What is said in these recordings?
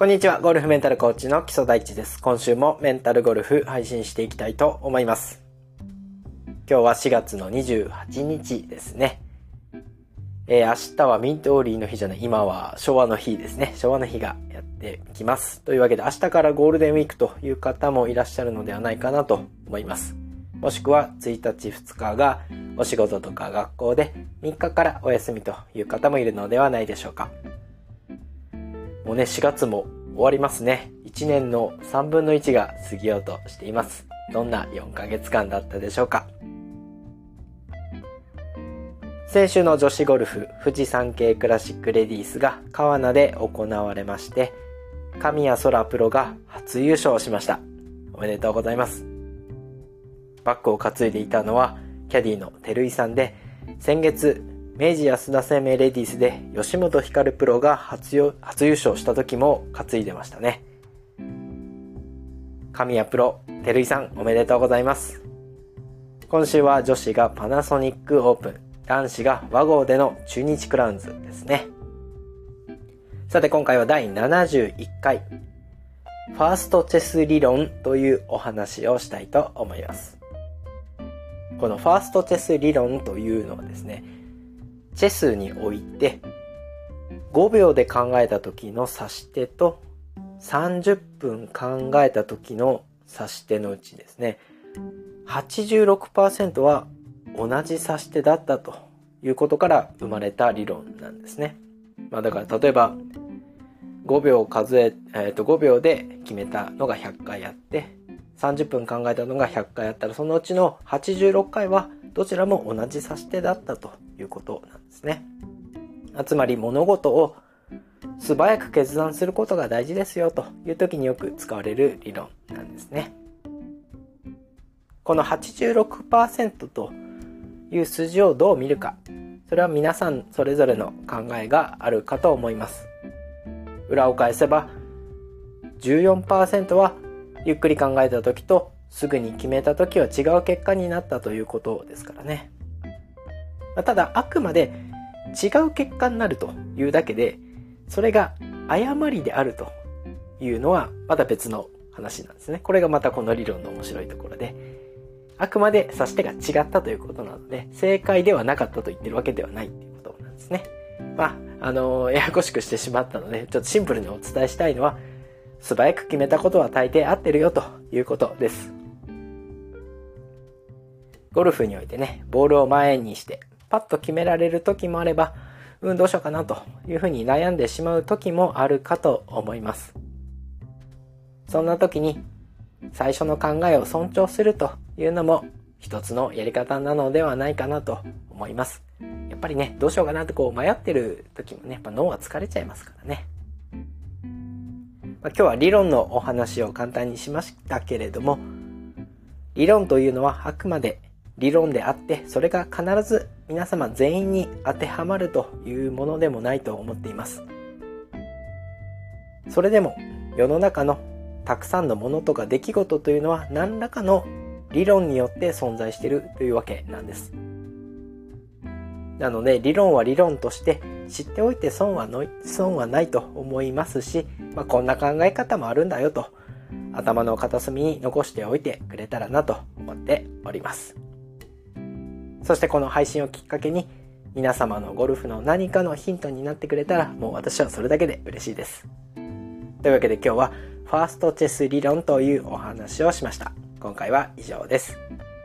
こんにちは、ゴルフメンタルコーチの基礎大地です。今週もメンタルゴルフ配信していきたいと思います。今日は4月の28日ですね。明日は緑の日じゃない、今は昭和の日ですね。昭和の日がやってきます。というわけで明日からゴールデンウィークという方もいらっしゃるのではないかなと思います。もしくは1日2日がお仕事とか学校で3日からお休みという方もいるのではないでしょうか。もうね、4月も終わりますね。1年の3分の1が過ぎようとしています。どんな4ヶ月間だったでしょうか。先週の女子ゴルフ富士山系クラシックレディースが川奈で行われまして、神谷そらプロが初優勝しました。おめでとうございます。バッグを担いでいたのはキャディの照井さんで、先月明治安田生命レディースで吉本ひかるプロが初優勝した時も担いでましたね。神谷プロ、照井さんおめでとうございます。今週は女子がパナソニックオープン、男子が和合での中日クラウンズですね。さて今回は第71回ファーストチェス理論というお話をしたいと思います。このファーストチェス理論というのはですね、チェスにおいて5秒で考えた時の指し手と30分考えた時の指し手のうちですね、86% は同じ指し手だったということから生まれた理論なんですね。だから例えば5秒で決めたのが100回あって30分考えたのが100回あったら、そのうちの86回はどちらも同じ指し手だったということなんですね。つまり物事を素早く決断することが大事ですよという時によく使われる理論なんですね。この 86% という数字をどう見るか、それは皆さんそれぞれの考えがあるかと思います。裏を返せば 14% はゆっくり考えた時とすぐに決めた時は違う結果になったということですからね。ただあくまで違う結果になるというだけで、それが誤りであるというのはまた別の話なんですね。これがまたこの理論の面白いところで、あくまで指し手が違ったということなので、正解ではなかったと言ってるわけではないということなんですね。ややこしくしてしまったので、ちょっとシンプルにお伝えしたいのは、素早く決めたことは大抵合ってるよということです。ゴルフにおいてね、ボールを前にしてパッと決められる時もあれば、どうしようかなというふうに悩んでしまう時もあるかと思います。そんな時に最初の考えを尊重するというのも一つのやり方なのではないかなと思います。やっぱりね、どうしようかなって迷ってる時もね、やっぱ脳は疲れちゃいますからね。今日は理論のお話を簡単にしましたけれども、理論というのはあくまで理論であって、それが必ず皆様全員に当てはまるというものでもないと思っています。それでも世の中のたくさんのものとか出来事というのは何らかの理論によって存在しているというわけなんです。なので理論は理論として知っておいて損はないと思いますし、こんな考え方もあるんだよと頭の片隅に残しておいてくれたらなと思っております。そしてこの配信をきっかけに皆様のゴルフの何かのヒントになってくれたら、もう私はそれだけで嬉しいです。というわけで今日はファーストチェス理論というお話をしました。今回は以上です。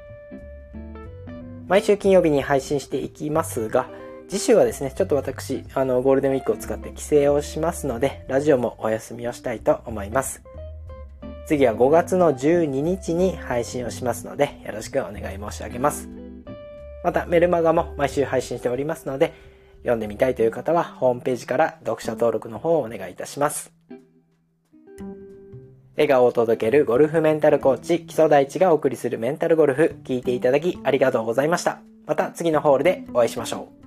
毎週金曜日に配信していきますが、次週はですね、ちょっと私ゴールデンウィークを使って帰省をしますので、ラジオもお休みをしたいと思います。次は5月の12日に配信をしますので、よろしくお願い申し上げます。またメルマガも毎週配信しておりますので、読んでみたいという方はホームページから読者登録の方をお願いいたします。笑顔を届けるゴルフメンタルコーチ基礎大地がお送りするメンタルゴルフ、聞いていただきありがとうございました。また次のホールでお会いしましょう。